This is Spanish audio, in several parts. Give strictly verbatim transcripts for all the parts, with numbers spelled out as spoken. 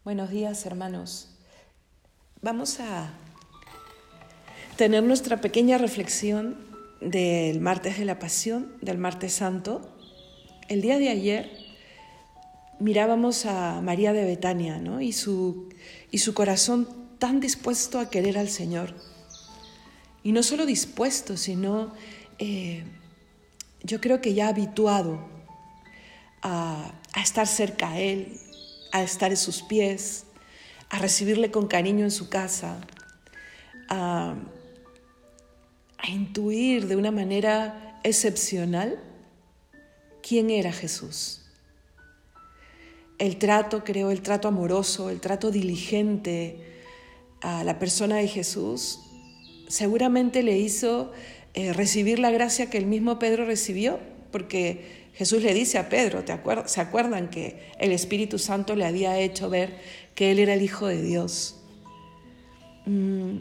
Buenos días, hermanos. Vamos a tener nuestra pequeña reflexión del martes de la Pasión, del martes santo. El día de ayer mirábamos a María de Betania, ¿no? y, su, y su corazón tan dispuesto a querer al Señor. Y no solo dispuesto, sino eh, yo creo que ya habituado a, a estar cerca a Él, a estar en sus pies, a recibirle con cariño en su casa, a, a intuir de una manera excepcional quién era Jesús. El trato, creo, el trato amoroso, el trato diligente a la persona de Jesús, seguramente le hizo eh, recibir la gracia que el mismo Pedro recibió, porque Jesús le dice a Pedro, ¿te acuer- ¿se acuerdan que el Espíritu Santo le había hecho ver que él era el Hijo de Dios? Mm,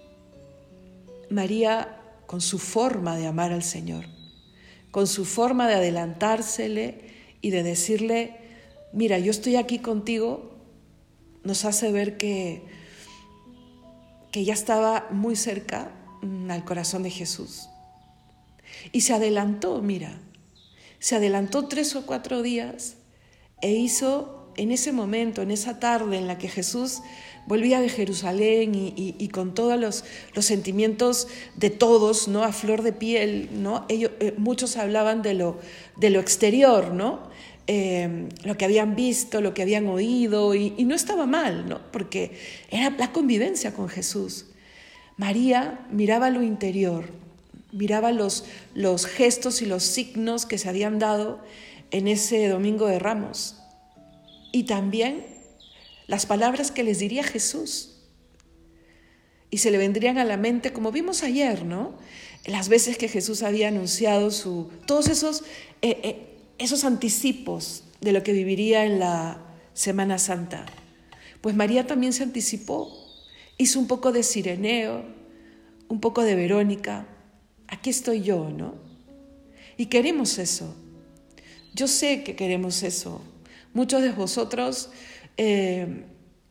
María, con su forma de amar al Señor, con su forma de adelantársele y de decirle, mira, yo estoy aquí contigo, nos hace ver que, que ya estaba muy cerca mm, al corazón de Jesús. Y se adelantó, mira, se adelantó tres o cuatro días e hizo en ese momento, en esa tarde en la que Jesús volvía de Jerusalén y, y, y con todos los, los sentimientos de todos, ¿no? A flor de piel, ¿no? Ellos, eh, muchos hablaban de lo, de lo exterior, ¿no? Eh, lo que habían visto, lo que habían oído, y, y no estaba mal, ¿no? Porque era la convivencia con Jesús. María miraba lo interior, miraba los, los gestos y los signos que se habían dado en ese Domingo de Ramos. Y también las palabras que les diría Jesús. Y se le vendrían a la mente, como vimos ayer, ¿no? Las veces que Jesús había anunciado su, todos esos, eh, eh, esos anticipos de lo que viviría en la Semana Santa. Pues María también se anticipó, hizo un poco de Cireneo, un poco de Verónica. Aquí estoy yo, ¿no? Y queremos eso. Yo sé que queremos eso. Muchos de vosotros eh,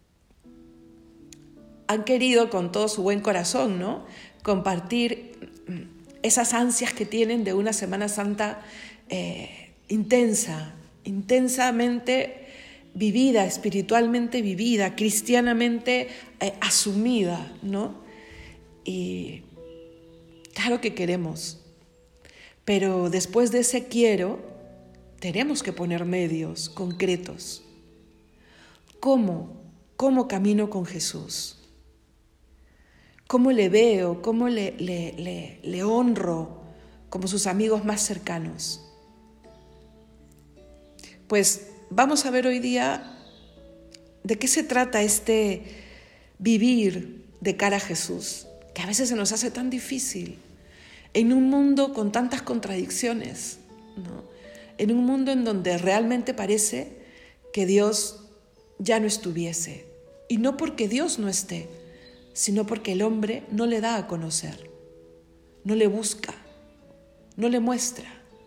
han querido con todo su buen corazón, ¿no? Compartir esas ansias que tienen de una Semana Santa eh, intensa, intensamente vivida, espiritualmente vivida, cristianamente eh, asumida, ¿no? Y claro que queremos, pero después de ese quiero, tenemos que poner medios concretos. ¿Cómo? ¿Cómo camino con Jesús? ¿Cómo le veo? ¿Cómo le, le, le, le honro como sus amigos más cercanos? Pues vamos a ver hoy día de qué se trata este vivir de cara a Jesús, que a veces se nos hace tan difícil, en un mundo con tantas contradicciones, ¿no? En un mundo en donde realmente parece que Dios ya no estuviese. Y no porque Dios no esté, sino porque el hombre no le da a conocer, no le busca, no le muestra.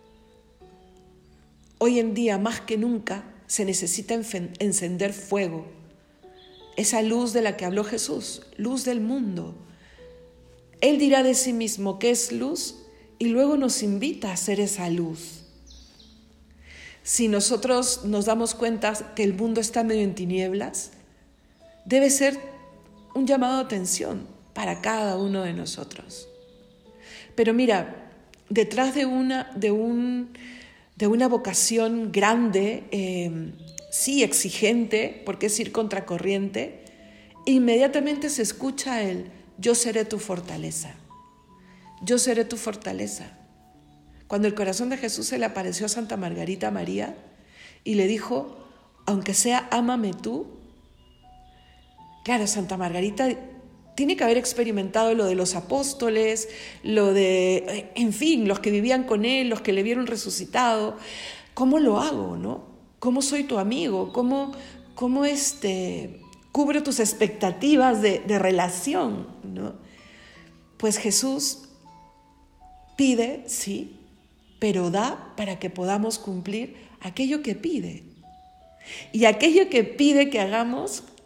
Hoy en día, más que nunca, se necesita encender fuego, esa luz de la que habló Jesús, luz del mundo. Él dirá de sí mismo que es luz y luego nos invita a ser esa luz. Si nosotros nos damos cuenta que el mundo está medio en tinieblas, debe ser un llamado de atención para cada uno de nosotros. Pero mira, detrás de una, de un, de una vocación grande, eh, sí exigente, porque es ir contracorriente, inmediatamente se escucha el yo seré tu fortaleza. Yo seré tu fortaleza. Cuando el corazón de Jesús se le apareció a Santa Margarita María y le dijo, aunque sea, ámame tú. Claro, Santa Margarita tiene que haber experimentado lo de los apóstoles, lo de, en fin, los que vivían con él, los que le vieron resucitado. ¿Cómo lo hago, no? ¿Cómo soy tu amigo? ¿Cómo, cómo este, cubro tus expectativas de, de relación, ¿no? Pues Jesús pide, sí, pero da para que podamos cumplir aquello que pide. Y aquello que pide que hagamos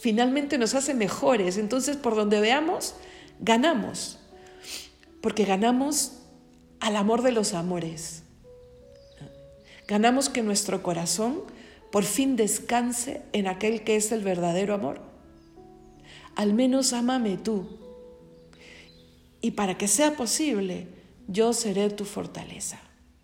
finalmente nos hace mejores. Entonces, por donde veamos, ganamos, porque ganamos al amor de los amores. Ganamos que nuestro corazón por fin descanse en aquel que es el verdadero amor. Al menos ámame tú. Y para que sea posible, yo seré tu fortaleza.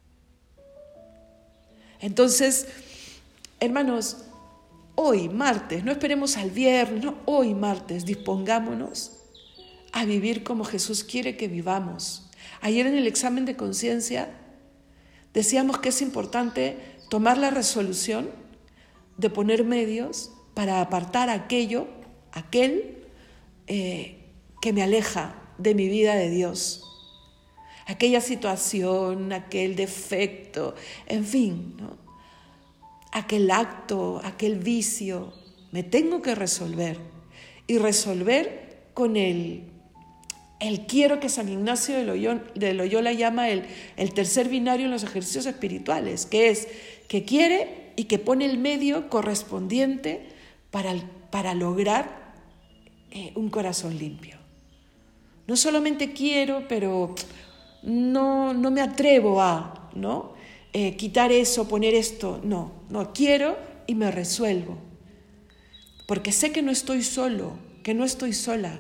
Entonces, hermanos, hoy martes, no esperemos al viernes, no, hoy martes, dispongámonos a vivir como Jesús quiere que vivamos. Ayer en el examen de conciencia decíamos que es importante tomar la resolución de poner medios para apartar aquello, aquel eh, que me aleja de mi vida de Dios. Aquella situación, aquel defecto, en fin, ¿no? Aquel acto, aquel vicio, me tengo que resolver. Y resolver con el, el quiero que San Ignacio de Loyola, de Loyola llama el, el tercer binario en los ejercicios espirituales, que es que quiere y que pone el medio correspondiente para, para lograr eh, un corazón limpio. No solamente quiero, pero no, no me atrevo a, ¿no? Eh, quitar eso, poner esto. No, no, quiero y me resuelvo. Porque sé que no estoy solo, que no estoy sola.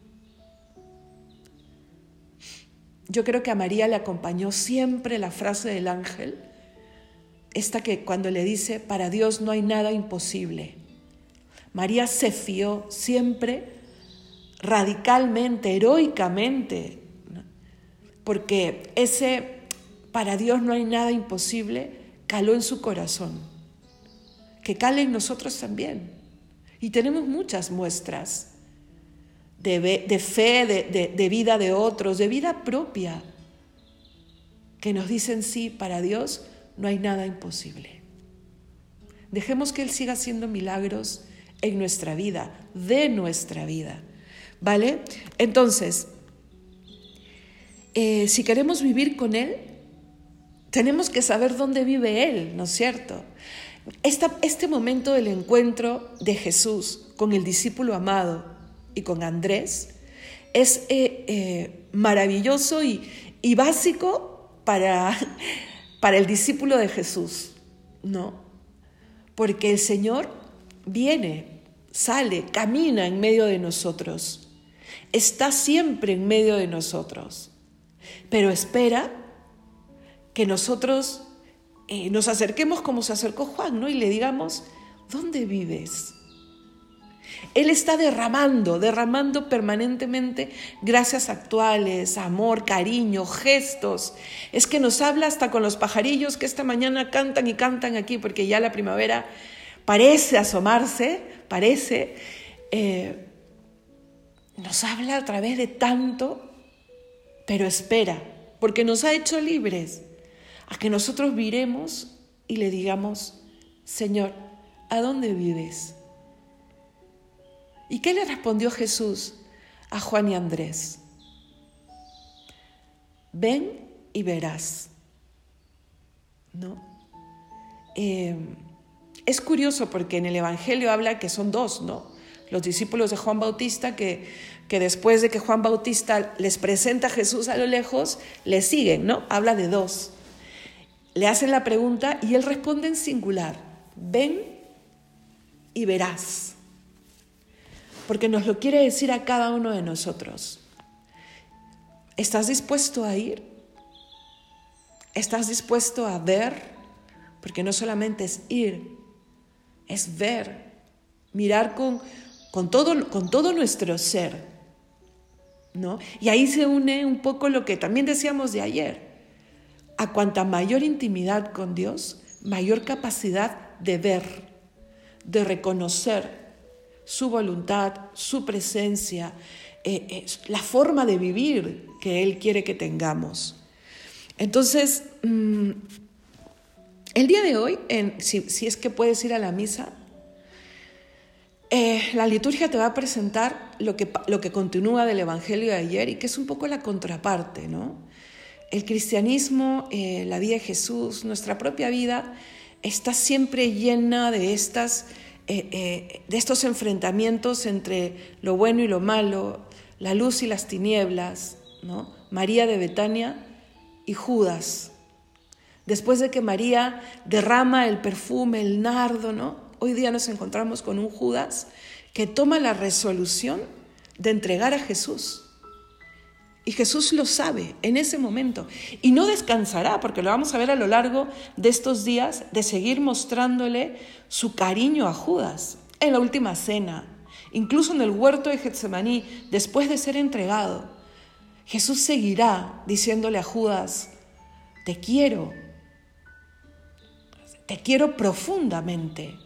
Yo creo que a María le acompañó siempre la frase del ángel, esta que cuando le dice, para Dios no hay nada imposible. María se fió siempre radicalmente, heroicamente, ¿no? Porque ese para Dios no hay nada imposible caló en su corazón, que cale en nosotros también. Y tenemos muchas muestras de, de fe, de, de, de vida de otros, de vida propia, que nos dicen sí, para Dios no hay nada imposible. Dejemos que Él siga haciendo milagros en nuestra vida, de nuestra vida, ¿vale? Entonces, eh, si queremos vivir con Él, tenemos que saber dónde vive Él, ¿no es cierto? Esta, este momento del encuentro de Jesús con el discípulo amado y con Andrés es eh, eh, maravilloso y, y básico para, para el discípulo de Jesús, ¿no? Porque el Señor viene, sale, camina en medio de nosotros, está siempre en medio de nosotros, pero espera que nosotros eh, nos acerquemos como se acercó Juan, ¿no? Y le digamos, ¿dónde vives? Él está derramando, derramando permanentemente gracias actuales, amor, cariño, gestos. Es que nos habla hasta con los pajarillos que esta mañana cantan y cantan aquí, porque ya la primavera parece asomarse, parece. Eh, nos habla a través de tanto, pero espera, porque nos ha hecho libres, a que nosotros viremos y le digamos, Señor, ¿a dónde vives? ¿Y qué le respondió Jesús a Juan y Andrés? Ven y verás, ¿no? Eh, es curioso porque en el Evangelio habla que son dos, ¿no? Los discípulos de Juan Bautista que, que después de que Juan Bautista les presenta a Jesús a lo lejos, le siguen, ¿no? Habla de dos. Le hacen la pregunta y él responde en singular, ven y verás. Porque nos lo quiere decir a cada uno de nosotros. ¿Estás dispuesto a ir? ¿Estás dispuesto a ver? Porque no solamente es ir, es ver, mirar con, con, todo, con todo nuestro ser, ¿no? Y ahí se une un poco lo que también decíamos de ayer. A cuanta mayor intimidad con Dios, mayor capacidad de ver, de reconocer su voluntad, su presencia, eh, eh, la forma de vivir que Él quiere que tengamos. Entonces, mmm, el día de hoy, en, si, si es que puedes ir a la misa, eh, la liturgia te va a presentar lo que, lo que continúa del Evangelio de ayer y que es un poco la contraparte, ¿no? El cristianismo, eh, la vida de Jesús, nuestra propia vida, está siempre llena de estas eh, eh, de estos enfrentamientos entre lo bueno y lo malo, la luz y las tinieblas, ¿no? María de Betania y Judas. Después de que María derrama el perfume, el nardo, ¿no? Hoy día nos encontramos con un Judas que toma la resolución de entregar a Jesús. Y Jesús lo sabe en ese momento. Y no descansará, porque lo vamos a ver a lo largo de estos días, de seguir mostrándole su cariño a Judas en la última cena, incluso en el huerto de Getsemaní, después de ser entregado. Jesús seguirá diciéndole a Judas, te quiero, te quiero profundamente.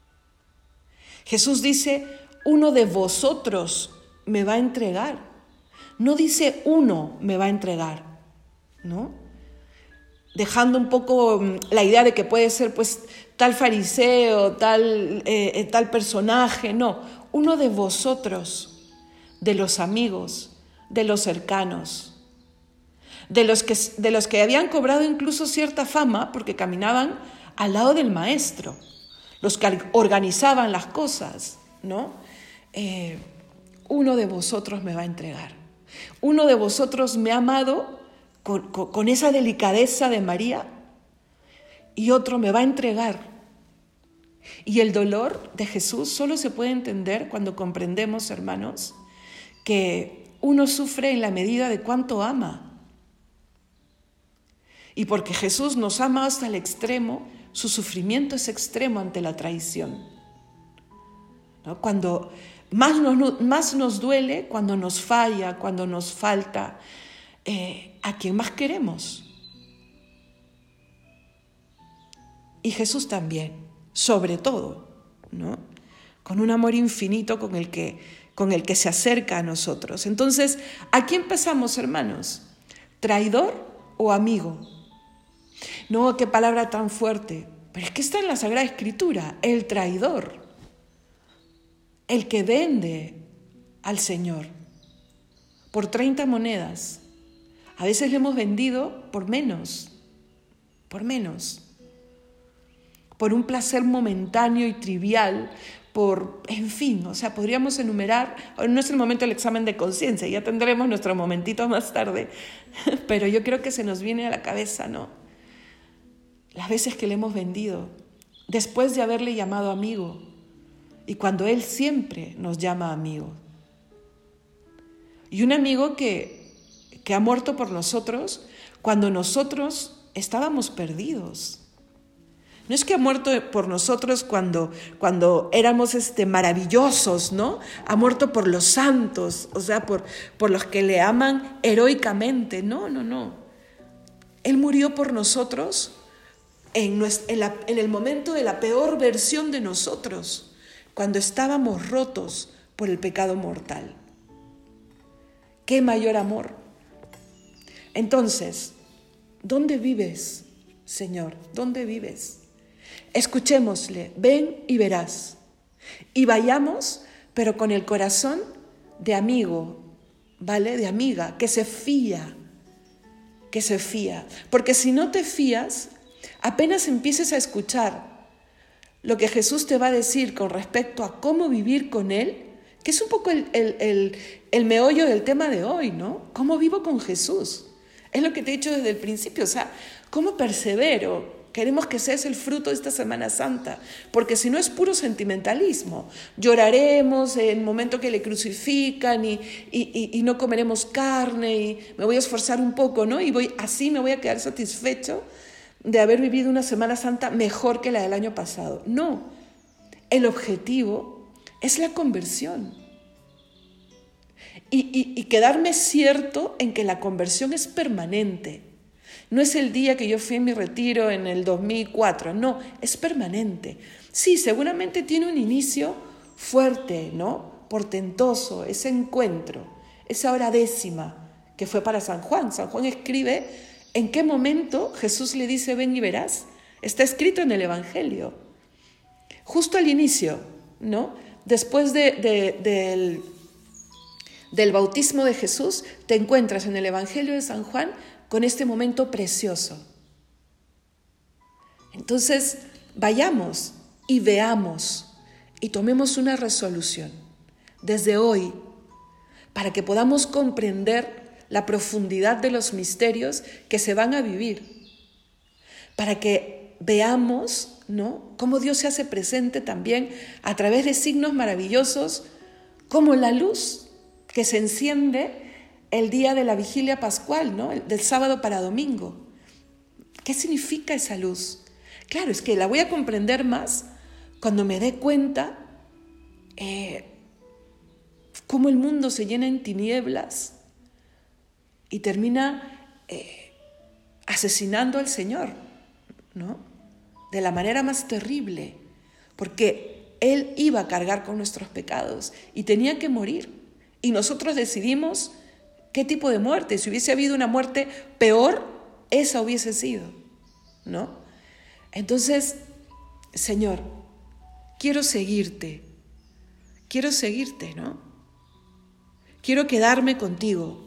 Jesús dice, uno de vosotros me va a entregar. No dice uno me va a entregar, ¿no? Dejando un poco la idea de que puede ser pues tal fariseo, tal, eh, tal personaje, no. Uno de vosotros, de los amigos, de los cercanos, de los que, de los que habían cobrado incluso cierta fama porque caminaban al lado del maestro, los que organizaban las cosas, ¿no? Eh, uno de vosotros me va a entregar. Uno de vosotros me ha amado con, con, con esa delicadeza de María y otro me va a entregar. Y el dolor de Jesús solo se puede entender cuando comprendemos, hermanos, que uno sufre en la medida de cuánto ama. Y porque Jesús nos ama hasta el extremo, su sufrimiento es extremo ante la traición, ¿no? Cuando más nos, más nos duele, cuando nos falla, cuando nos falta eh, a quien más queremos. Y Jesús también, sobre todo, ¿no? Con un amor infinito con el que, con el que se acerca a nosotros. Entonces, ¿a quién pasamos, hermanos? ¿Traidor o amigo? No, qué palabra tan fuerte. Pero es que está en la Sagrada Escritura, el traidor, el que vende al Señor por treinta monedas. A veces le hemos vendido por menos, por menos, por un placer momentáneo y trivial, por, en fin, o sea, podríamos enumerar, no es el momento del examen de conciencia, ya tendremos nuestro momentito más tarde, pero yo creo que se nos viene a la cabeza, ¿no? Las veces que le hemos vendido, después de haberle llamado amigo, y cuando Él siempre nos llama amigo. Y un amigo que, que ha muerto por nosotros cuando nosotros estábamos perdidos. No es que ha muerto por nosotros cuando, cuando éramos este, maravillosos, ¿no? Ha muerto por los santos, o sea, por, por los que le aman heroicamente. No, no, no. Él murió por nosotros en, nuestra, en, la, en el momento de la peor versión de nosotros, cuando estábamos rotos por el pecado mortal. ¡Qué mayor amor! Entonces, ¿dónde vives, Señor? ¿Dónde vives? Escuchémosle, ven y verás. Y vayamos, pero con el corazón de amigo, ¿vale? De amiga, que se fía, que se fía. Porque si no te fías, apenas empieces a escuchar lo que Jesús te va a decir con respecto a cómo vivir con Él, que es un poco el, el, el, el meollo del tema de hoy, ¿no? ¿Cómo vivo con Jesús? Es lo que te he dicho desde el principio, o sea, ¿cómo persevero? Queremos que seas el fruto de esta Semana Santa, porque si no es puro sentimentalismo. Lloraremos en el momento que le crucifican y, y, y, y no comeremos carne y me voy a esforzar un poco, ¿no? Y voy, así me voy a quedar satisfecho de haber vivido una Semana Santa mejor que la del año pasado. No, el objetivo es la conversión. Y, y, y quedarme cierto en que la conversión es permanente. No es el día que yo fui en mi retiro en el dos mil cuatro, no, es permanente. Sí, seguramente tiene un inicio fuerte, ¿no? Portentoso, ese encuentro, esa hora décima que fue para San Juan. San Juan escribe en qué momento Jesús le dice ven y verás. Está escrito en el Evangelio. Justo al inicio, ¿no? Después de, de, del, del bautismo de Jesús, te encuentras en el Evangelio de San Juan con este momento precioso. Entonces, vayamos y veamos y tomemos una resolución desde hoy para que podamos comprender la profundidad de los misterios que se van a vivir, para que veamos, ¿no?, cómo Dios se hace presente también a través de signos maravillosos como la luz que se enciende el día de la vigilia pascual, ¿no?, del sábado para domingo. ¿Qué significa esa luz? Claro, es que la voy a comprender más cuando me dé cuenta eh, cómo el mundo se llena en tinieblas y termina eh, asesinando al Señor, ¿no?, de la manera más terrible, porque Él iba a cargar con nuestros pecados y tenía que morir. Y nosotros decidimos qué tipo de muerte. Si hubiese habido una muerte peor, esa hubiese sido, ¿no? Entonces, Señor, quiero seguirte, quiero seguirte, ¿no? Quiero quedarme contigo.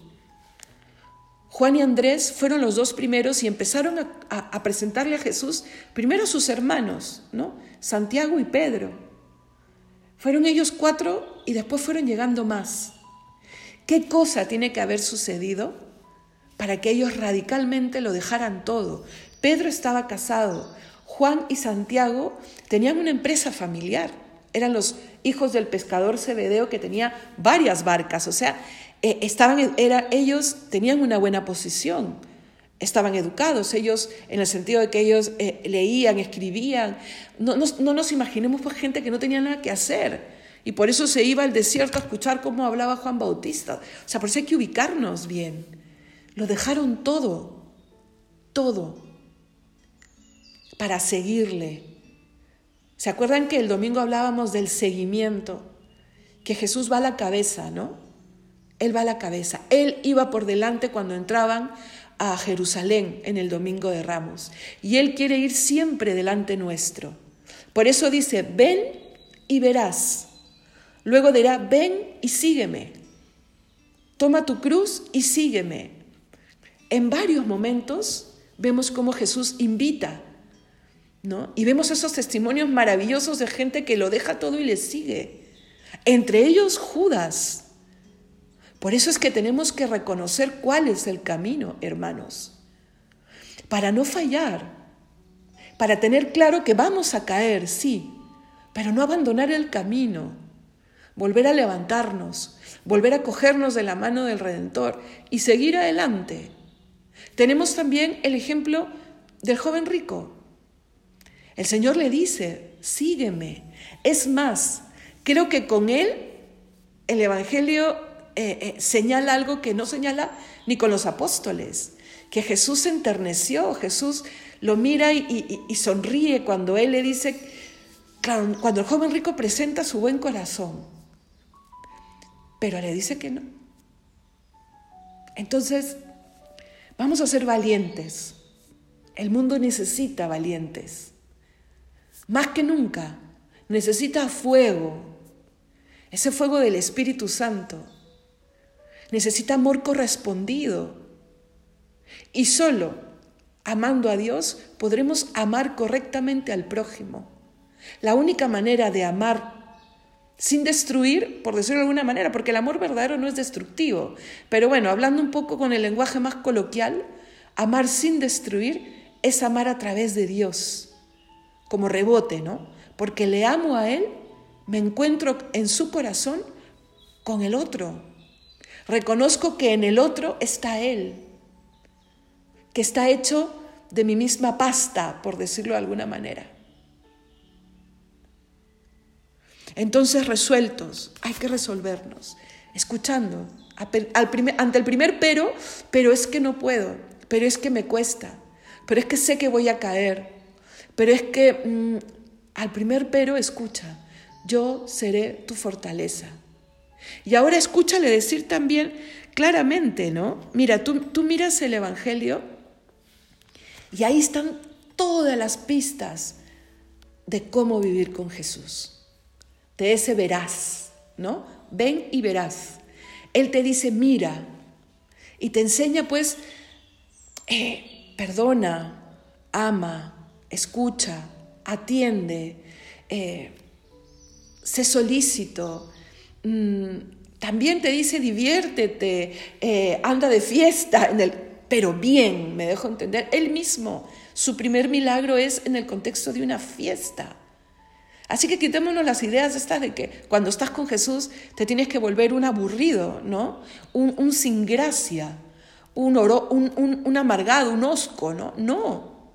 Juan y Andrés fueron los dos primeros y empezaron a, a, a presentarle a Jesús primero a sus hermanos, ¿no?, Santiago y Pedro. Fueron ellos cuatro y después fueron llegando más. ¿Qué cosa tiene que haber sucedido para que ellos radicalmente lo dejaran todo? Pedro estaba casado. Juan y Santiago tenían una empresa familiar. Eran los hijos del pescador Zebedeo que tenía varias barcas. O sea, eh, estaban, era, ellos tenían una buena posición. Estaban educados, ellos, en el sentido de que ellos eh, leían, escribían. No, no, no nos imaginemos pues gente que no tenía nada que hacer. Y por eso se iba al desierto a escuchar cómo hablaba Juan Bautista. O sea, por eso hay que ubicarnos bien. Lo dejaron todo, todo, para seguirle. ¿Se acuerdan que el domingo hablábamos del seguimiento? Que Jesús va a la cabeza, ¿no? Él va a la cabeza. Él iba por delante cuando entraban a Jerusalén en el Domingo de Ramos. Y Él quiere ir siempre delante nuestro. Por eso dice, ven y verás. Luego dirá, ven y sígueme. Toma tu cruz y sígueme. En varios momentos vemos cómo Jesús invita, ¿no? Y vemos esos testimonios maravillosos de gente que lo deja todo y le sigue. Entre ellos Judas. Por eso es que tenemos que reconocer cuál es el camino, hermanos. Para no fallar. Para tener claro que vamos a caer, sí, pero no abandonar el camino. Volver a levantarnos, volver a cogernos de la mano del Redentor y seguir adelante. Tenemos también el ejemplo del joven rico. El Señor le dice, sígueme. Es más, creo que con él el Evangelio eh, eh, señala algo que no señala ni con los apóstoles, que Jesús se enterneció, Jesús lo mira y, y, y sonríe cuando él le dice, claro, cuando el joven rico presenta su buen corazón, pero le dice que no. Entonces, vamos a ser valientes. El mundo necesita valientes. Más que nunca, necesita fuego. Ese fuego del Espíritu Santo. Necesita amor correspondido. Y solo amando a Dios podremos amar correctamente al prójimo. La única manera de amar sin destruir, por decirlo de alguna manera, porque el amor verdadero no es destructivo. Pero bueno, hablando un poco con el lenguaje más coloquial, amar sin destruir es amar a través de Dios, como rebote, ¿no? Porque le amo a Él, me encuentro en su corazón con el otro. Reconozco que en el otro está Él, que está hecho de mi misma pasta, por decirlo de alguna manera. Entonces, resueltos, hay que resolvernos, escuchando, al primer, ante el primer pero, pero es que no puedo, pero es que me cuesta, pero es que sé que voy a caer, pero es que mmm, al primer pero escucha, yo seré tu fortaleza. Y ahora escúchale decir también claramente, ¿no? Mira, tú, tú miras el Evangelio y ahí están todas las pistas de cómo vivir con Jesús. De ese verás, ¿no? Ven y verás. Él te dice, mira, y te enseña, pues, eh, perdona, ama, escucha, atiende, eh, sé solícito. Mm, también te dice diviértete, eh, anda de fiesta, en el, pero bien, me dejo entender. Él mismo, su primer milagro es en el contexto de una fiesta. Así que quitémonos las ideas estas de que cuando estás con Jesús te tienes que volver un aburrido, ¿no? Un, un sin gracia, un, oro, un, un, un amargado, un hosco, ¿no? No.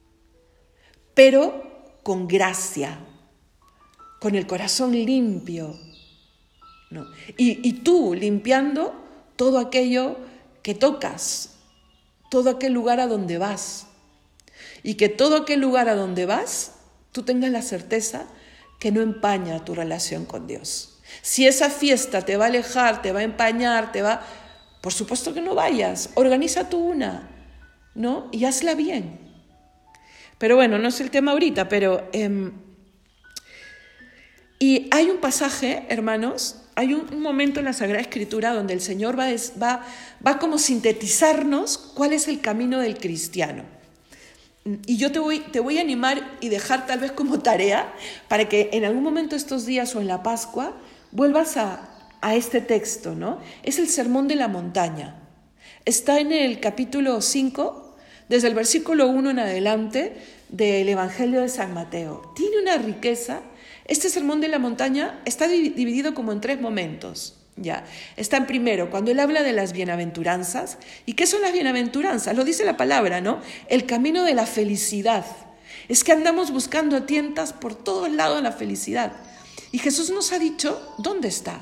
Pero con gracia, con el corazón limpio, ¿no? Y, y tú limpiando todo aquello que tocas, todo aquel lugar a donde vas. Y que todo aquel lugar a donde vas, tú tengas la certeza que no empaña tu relación con Dios. Si esa fiesta te va a alejar, te va a empañar, te va... Por supuesto que no vayas, organiza tú una, ¿no? Y hazla bien. Pero bueno, no es el tema ahorita, pero... Eh, y hay un pasaje, hermanos, hay un, un momento en la Sagrada Escritura donde el Señor va, es, va, va como sintetizarnos cuál es el camino del cristiano. Y yo te voy, te voy a animar y dejar tal vez como tarea para que en algún momento estos días o en la Pascua vuelvas a, a este texto, ¿no? Es el Sermón de la Montaña. Está en el capítulo cinco, desde el versículo uno en adelante del Evangelio de San Mateo. Tiene una riqueza. Este Sermón de la Montaña está dividido como en tres momentos. Ya, está en primero, cuando él habla de las bienaventuranzas. ¿Y qué son las bienaventuranzas? Lo dice la palabra, ¿no? El camino de la felicidad. Es que andamos buscando a tientas por todos lados la felicidad. Y Jesús nos ha dicho, ¿dónde está?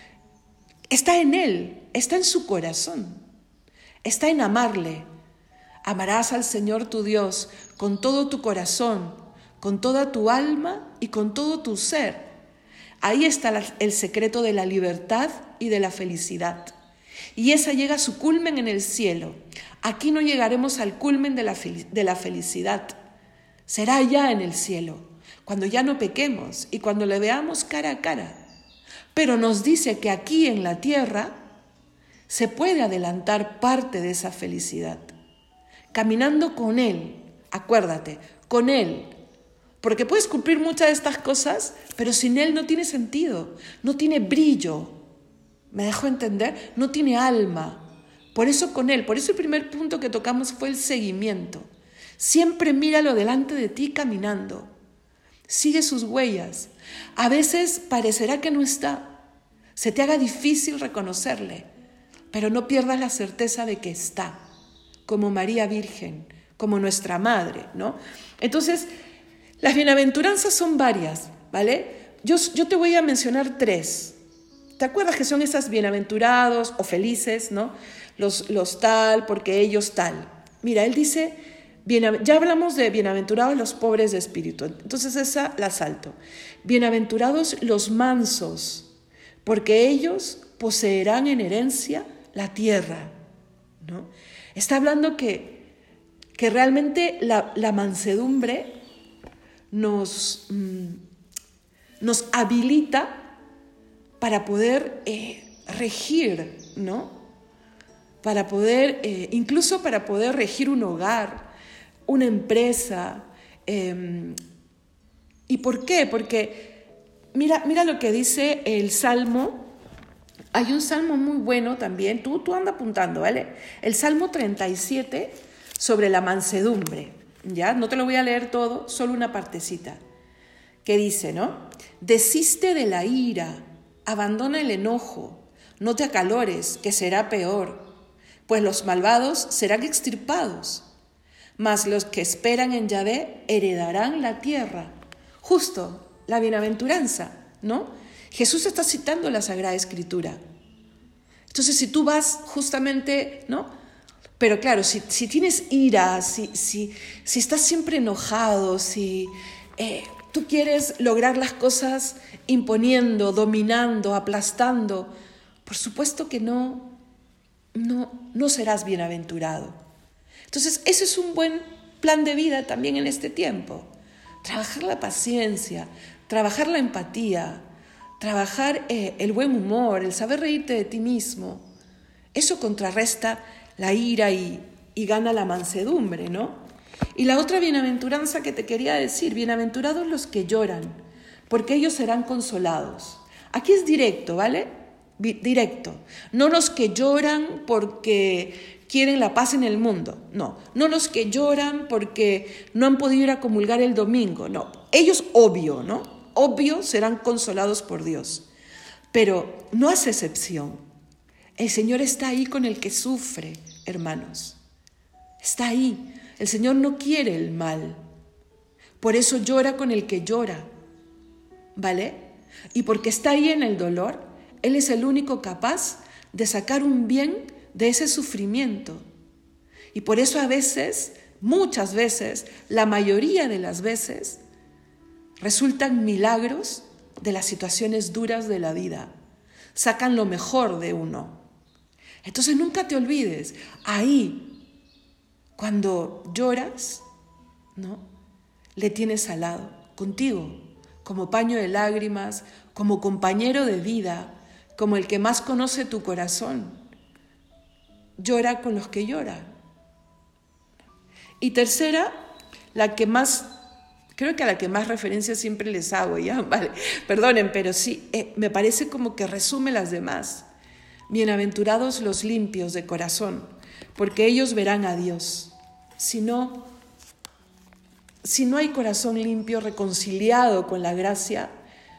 Está en Él, está en su corazón, está en amarle. Amarás al Señor tu Dios con todo tu corazón, con toda tu alma y con todo tu ser. Ahí está la, el secreto de la libertad y de la felicidad. Y esa llega a su culmen en el cielo. Aquí no llegaremos al culmen de la, de la felicidad. Será allá en el cielo, cuando ya no pequemos y cuando le veamos cara a cara. Pero nos dice que aquí en la tierra se puede adelantar parte de esa felicidad. Caminando con Él, acuérdate, con Él. Porque puedes cumplir muchas de estas cosas, pero sin Él no tiene sentido, no tiene brillo. ¿Me dejo entender? No tiene alma. Por eso con Él, por eso el primer punto que tocamos fue el seguimiento. Siempre míralo delante de ti caminando. Sigue sus huellas. A veces parecerá que no está. Se te haga difícil reconocerle, pero no pierdas la certeza de que está, como María Virgen, como nuestra Madre, ¿no? Entonces, las bienaventuranzas son varias, ¿vale? Yo, yo te voy a mencionar tres. ¿Te acuerdas que son esas bienaventurados o felices, ¿no? Los, los tal, porque ellos tal. Mira, él dice, bien, ya hablamos de bienaventurados los pobres de espíritu, entonces esa la salto. Bienaventurados los mansos, porque ellos poseerán en herencia la tierra, ¿no? Está hablando que, que realmente la, la mansedumbre Nos, mm, nos habilita para poder eh, regir, ¿no? Para poder, eh, incluso para poder regir un hogar, una empresa. Eh, ¿Y por qué? Porque mira, mira lo que dice el Salmo. Hay un Salmo muy bueno también, tú, tú anda apuntando, ¿vale? El Salmo treinta y siete sobre la mansedumbre. Ya, no te lo voy a leer todo, solo una partecita, que dice, ¿no? Desiste de la ira, abandona el enojo, no te acalores, que será peor, pues los malvados serán extirpados, mas los que esperan en Yahvé heredarán la tierra. Justo, la bienaventuranza, ¿no? Jesús está citando la Sagrada Escritura. Entonces, si tú vas justamente, ¿no? Pero claro, si, si tienes ira, si, si, si estás siempre enojado, si eh, tú quieres lograr las cosas imponiendo, dominando, aplastando, por supuesto que no, no, no serás bienaventurado. Entonces, ese es un buen plan de vida también en este tiempo. Trabajar la paciencia, trabajar la empatía, trabajar eh, el buen humor, el saber reírte de ti mismo. Eso contrarresta la ira y, y gana la mansedumbre, ¿no? Y la otra bienaventuranza que te quería decir, bienaventurados los que lloran, porque ellos serán consolados. Aquí es directo, ¿vale? Directo. No los que lloran porque quieren la paz en el mundo, no. No los que lloran porque no han podido ir a comulgar el domingo, no. Ellos, obvio, ¿no? Obvio serán consolados por Dios. Pero no hace excepción. El Señor está ahí con el que sufre, hermanos. Está ahí. El Señor no quiere el mal. Por eso llora con el que llora, ¿vale? Y porque está ahí en el dolor, Él es el único capaz de sacar un bien de ese sufrimiento. Y por eso a veces, muchas veces, la mayoría de las veces, resultan milagros de las situaciones duras de la vida. Sacan lo mejor de uno. Entonces nunca te olvides, ahí, cuando lloras, ¿no? Le tienes al lado, contigo, como paño de lágrimas, como compañero de vida, como el que más conoce tu corazón. Llora con los que lloran. Y tercera, la que más, creo que a la que más referencia siempre les hago, ya, vale, perdonen, pero sí, eh, me parece como que resume las demás. Bienaventurados los limpios de corazón, porque ellos verán a Dios. Si no, si no hay corazón limpio, reconciliado con la gracia,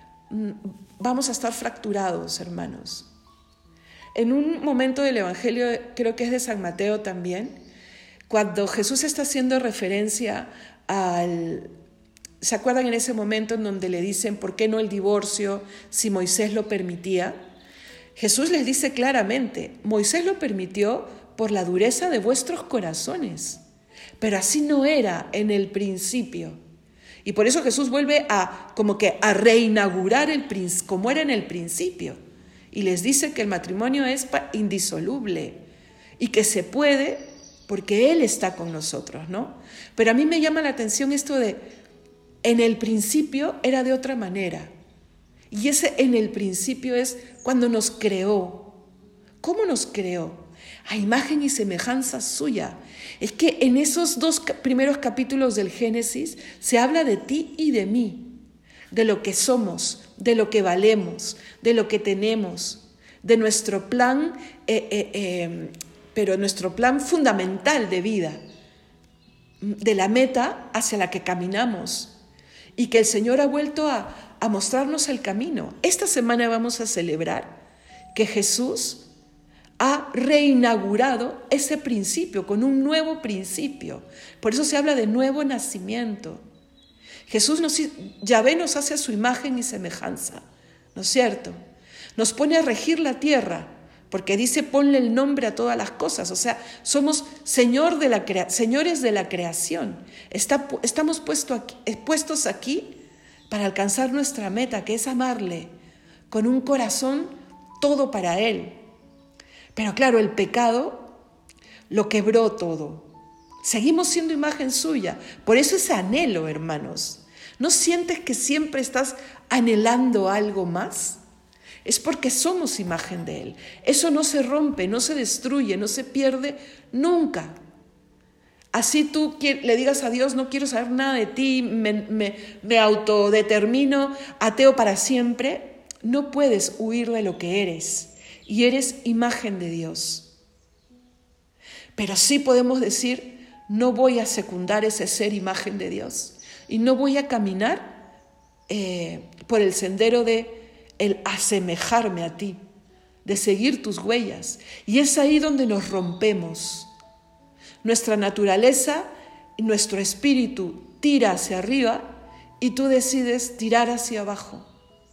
vamos a estar fracturados, hermanos. En un momento del Evangelio, creo que es de San Mateo también, cuando Jesús está haciendo referencia al... ¿Se acuerdan en ese momento en donde le dicen por qué no el divorcio si Moisés lo permitía? Jesús les dice claramente, Moisés lo permitió por la dureza de vuestros corazones, pero así no era en el principio. Y por eso Jesús vuelve a como que a reinaugurar el como era en el principio. Y les dice que el matrimonio es indisoluble y que se puede porque Él está con nosotros, ¿no? Pero a mí me llama la atención esto de en el principio era de otra manera. Y ese en el principio es cuando nos creó. ¿Cómo nos creó? A imagen y semejanza suya. Es que en esos dos primeros capítulos del Génesis se habla de ti y de mí, de lo que somos, de lo que valemos, de lo que tenemos, de nuestro plan, eh, eh, eh, pero nuestro plan fundamental de vida, de la meta hacia la que caminamos y que el Señor ha vuelto a, a mostrarnos el camino. Esta semana vamos a celebrar que Jesús ha reinaugurado ese principio con un nuevo principio. Por eso se habla de nuevo nacimiento. Jesús, nos, Yahvé nos hace a su imagen y semejanza, ¿no es cierto? Nos pone a regir la tierra, porque dice ponle el nombre a todas las cosas. O sea, somos señor de la crea- señores de la creación. Está, estamos puesto aquí, puestos aquí para alcanzar nuestra meta, que es amarle con un corazón todo para Él. Pero claro, el pecado lo quebró todo. Seguimos siendo imagen suya. Por eso ese anhelo, hermanos. ¿No sientes que siempre estás anhelando algo más? Es porque somos imagen de Él. Eso no se rompe, no se destruye, no se pierde nunca. Así tú le digas a Dios, no quiero saber nada de ti, me, me, me autodetermino ateo para siempre. No puedes huir de lo que eres. Y eres imagen de Dios. Pero sí podemos decir, no voy a secundar ese ser imagen de Dios. Y no voy a caminar eh, por el sendero de el asemejarme a ti, de seguir tus huellas. Y es ahí donde nos rompemos. Nuestra naturaleza y nuestro espíritu tira hacia arriba y tú decides tirar hacia abajo.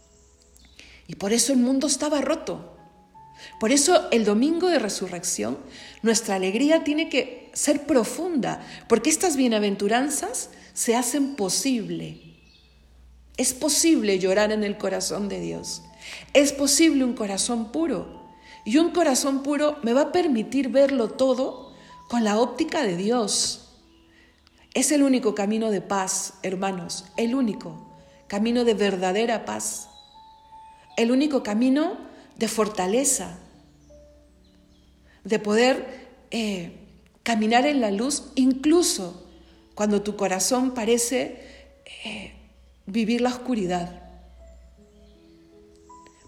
Y por eso el mundo estaba roto. Por eso el domingo de resurrección, nuestra alegría tiene que ser profunda, porque estas bienaventuranzas se hacen posible. Es posible llorar en el corazón de Dios. Es posible un corazón puro. Y un corazón puro me va a permitir verlo todo con la óptica de Dios. Es el único camino de paz, hermanos, el único camino de verdadera paz. El único camino de fortaleza, de poder eh, caminar en la luz, incluso cuando tu corazón parece eh, vivir la oscuridad.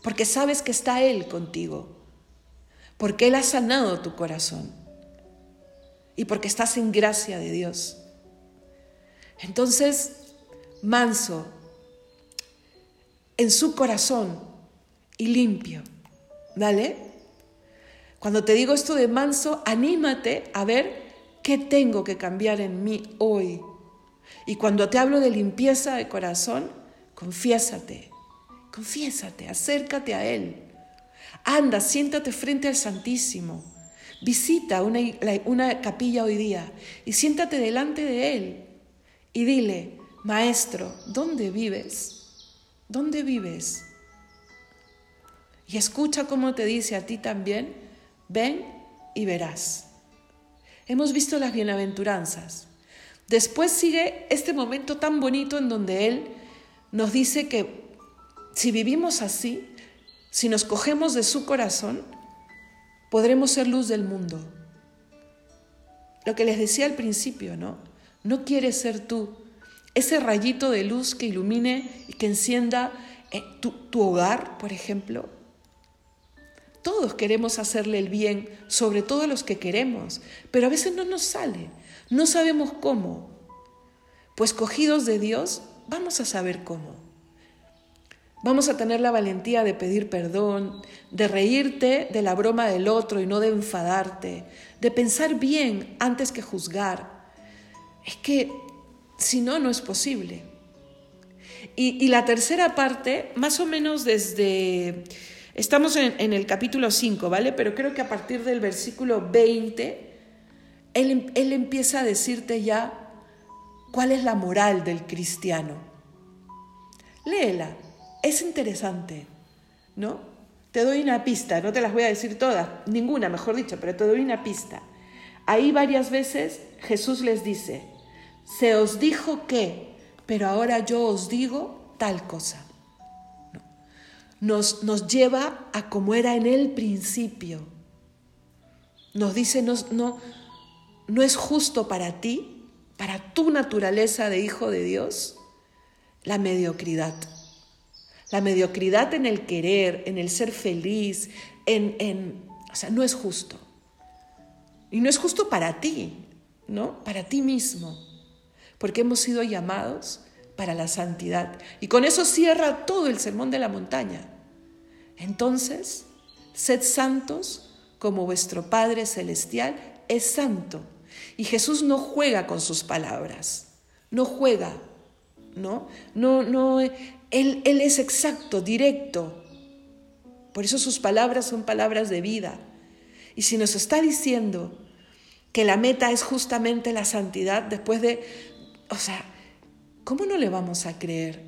porque sabes que está Él contigo, porque Él ha sanado tu corazón y porque estás en gracia de Dios. Entonces, manso en su corazón y limpio, ¿vale? Cuando te digo esto de manso, anímate a ver qué tengo que cambiar en mí hoy. Y cuando te hablo de limpieza de corazón, confiésate, confiésate, acércate a Él. Anda, siéntate frente al Santísimo. Visita una, una capilla hoy día y siéntate delante de Él y dile: Maestro, ¿dónde vives? ¿Dónde vives? Y escucha cómo te dice a ti también: ven y verás. Hemos visto las bienaventuranzas. Después sigue este momento tan bonito en donde Él nos dice que si vivimos así, si nos cogemos de su corazón, podremos ser luz del mundo. Lo que les decía al principio, ¿no? No quieres ser tú ese rayito de luz que ilumine y que encienda eh, tu, tu hogar, por ejemplo. Todos queremos hacerle el bien, sobre todo los que queremos, pero a veces no nos sale, no sabemos cómo. Pues cogidos de Dios, vamos a saber cómo. Vamos a tener la valentía de pedir perdón, de reírte de la broma del otro y no de enfadarte, de pensar bien antes que juzgar. Es que si no, no es posible. Y, y la tercera parte, más o menos desde... Estamos en, en el capítulo cinco, ¿vale? Pero creo que a partir del versículo veinte, él, él empieza a decirte ya cuál es la moral del cristiano. Léela, es interesante, ¿no? Te doy una pista, no te las voy a decir todas, ninguna, mejor dicho, pero te doy una pista. Ahí varias veces Jesús les dice: se os dijo que, pero ahora yo os digo tal cosa. Nos, nos lleva a como era en el principio. Nos dice, no, no, no es justo para ti, para tu naturaleza de hijo de Dios, la mediocridad. La mediocridad en el querer, en el ser feliz, en, en, o sea, no es justo. Y no es justo para ti, ¿no? Para ti mismo, porque hemos sido llamados para la santidad. Y con eso cierra todo el sermón de la montaña. Entonces, sed santos como vuestro Padre Celestial es santo. Y Jesús no juega con sus palabras, no juega, ¿no? No, no, él, él es exacto, directo. Por eso sus palabras son palabras de vida. Y si nos está diciendo que la meta es justamente la santidad, después de, o sea, ¿cómo no le vamos a creer?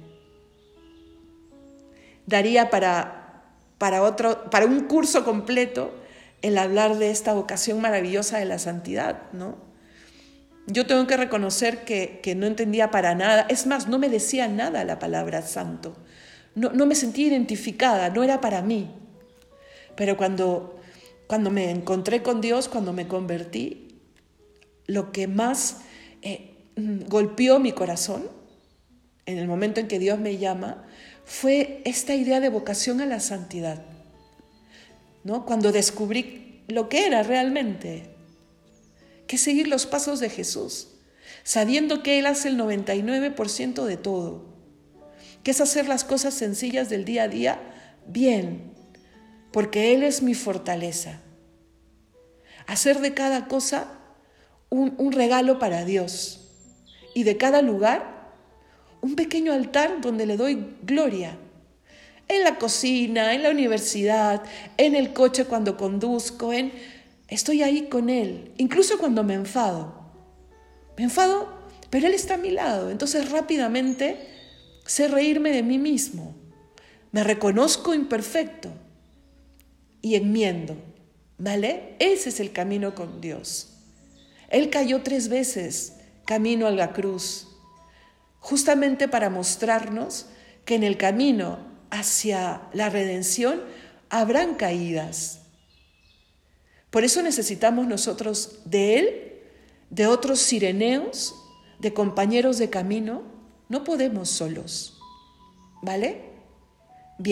Daría para, para, otro, para un curso completo el hablar de esta vocación maravillosa de la santidad, ¿no? Yo tengo que reconocer que, que no entendía para nada, es más, no me decía nada la palabra santo, no, no me sentía identificada, no era para mí. Pero cuando, cuando me encontré con Dios, cuando me convertí, lo que más eh, golpeó mi corazón, en el momento en que Dios me llama, fue esta idea de vocación a la santidad, ¿no? Cuando descubrí lo que era realmente, que es seguir los pasos de Jesús, sabiendo que Él hace el noventa y nueve por ciento de todo, que es hacer las cosas sencillas del día a día bien, porque Él es mi fortaleza. Hacer de cada cosa un, un regalo para Dios y de cada lugar un pequeño altar donde le doy gloria. En la cocina, en la universidad, en el coche cuando conduzco, en... estoy ahí con Él, incluso cuando me enfado. Me enfado, pero Él está a mi lado, entonces rápidamente sé reírme de mí mismo. Me reconozco imperfecto y enmiendo, ¿vale? Ese es el camino con Dios. Él cayó tres veces camino a la cruz, justamente para mostrarnos que en el camino hacia la redención habrán caídas. Por eso necesitamos nosotros de Él, de otros sireneos, de compañeros de camino. No podemos solos, ¿vale? Bien,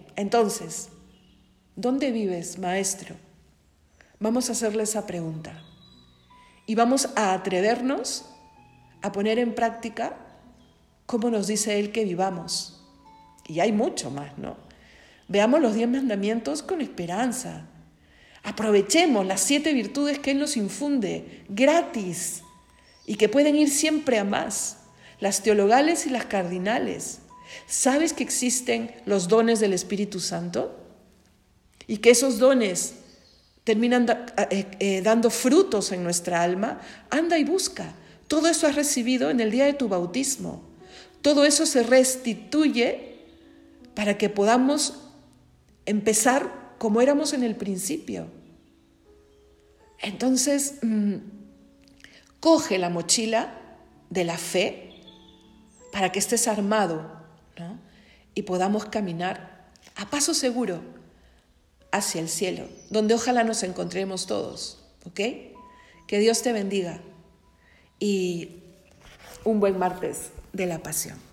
Entonces, ¿dónde vives, maestro? Vamos a hacerle esa pregunta y vamos a atrevernos a poner en práctica cómo nos dice Él que vivamos. Y hay mucho más, ¿no? Veamos los diez mandamientos con esperanza. Aprovechemos las siete virtudes que Él nos infunde, gratis, y que pueden ir siempre a más, las teologales y las cardinales. ¿Sabes que existen los dones del Espíritu Santo? Y que esos dones terminan da, eh, eh, dando frutos en nuestra alma. Anda y busca. Todo eso has recibido en el día de tu bautismo. Todo eso se restituye para que podamos empezar como éramos en el principio. Entonces, mmm, coge la mochila de la fe para que estés armado, ¿no? Y podamos caminar a paso seguro hacia el cielo, donde ojalá nos encontremos todos, ¿ok? Que Dios te bendiga y un buen martes de la Pasión.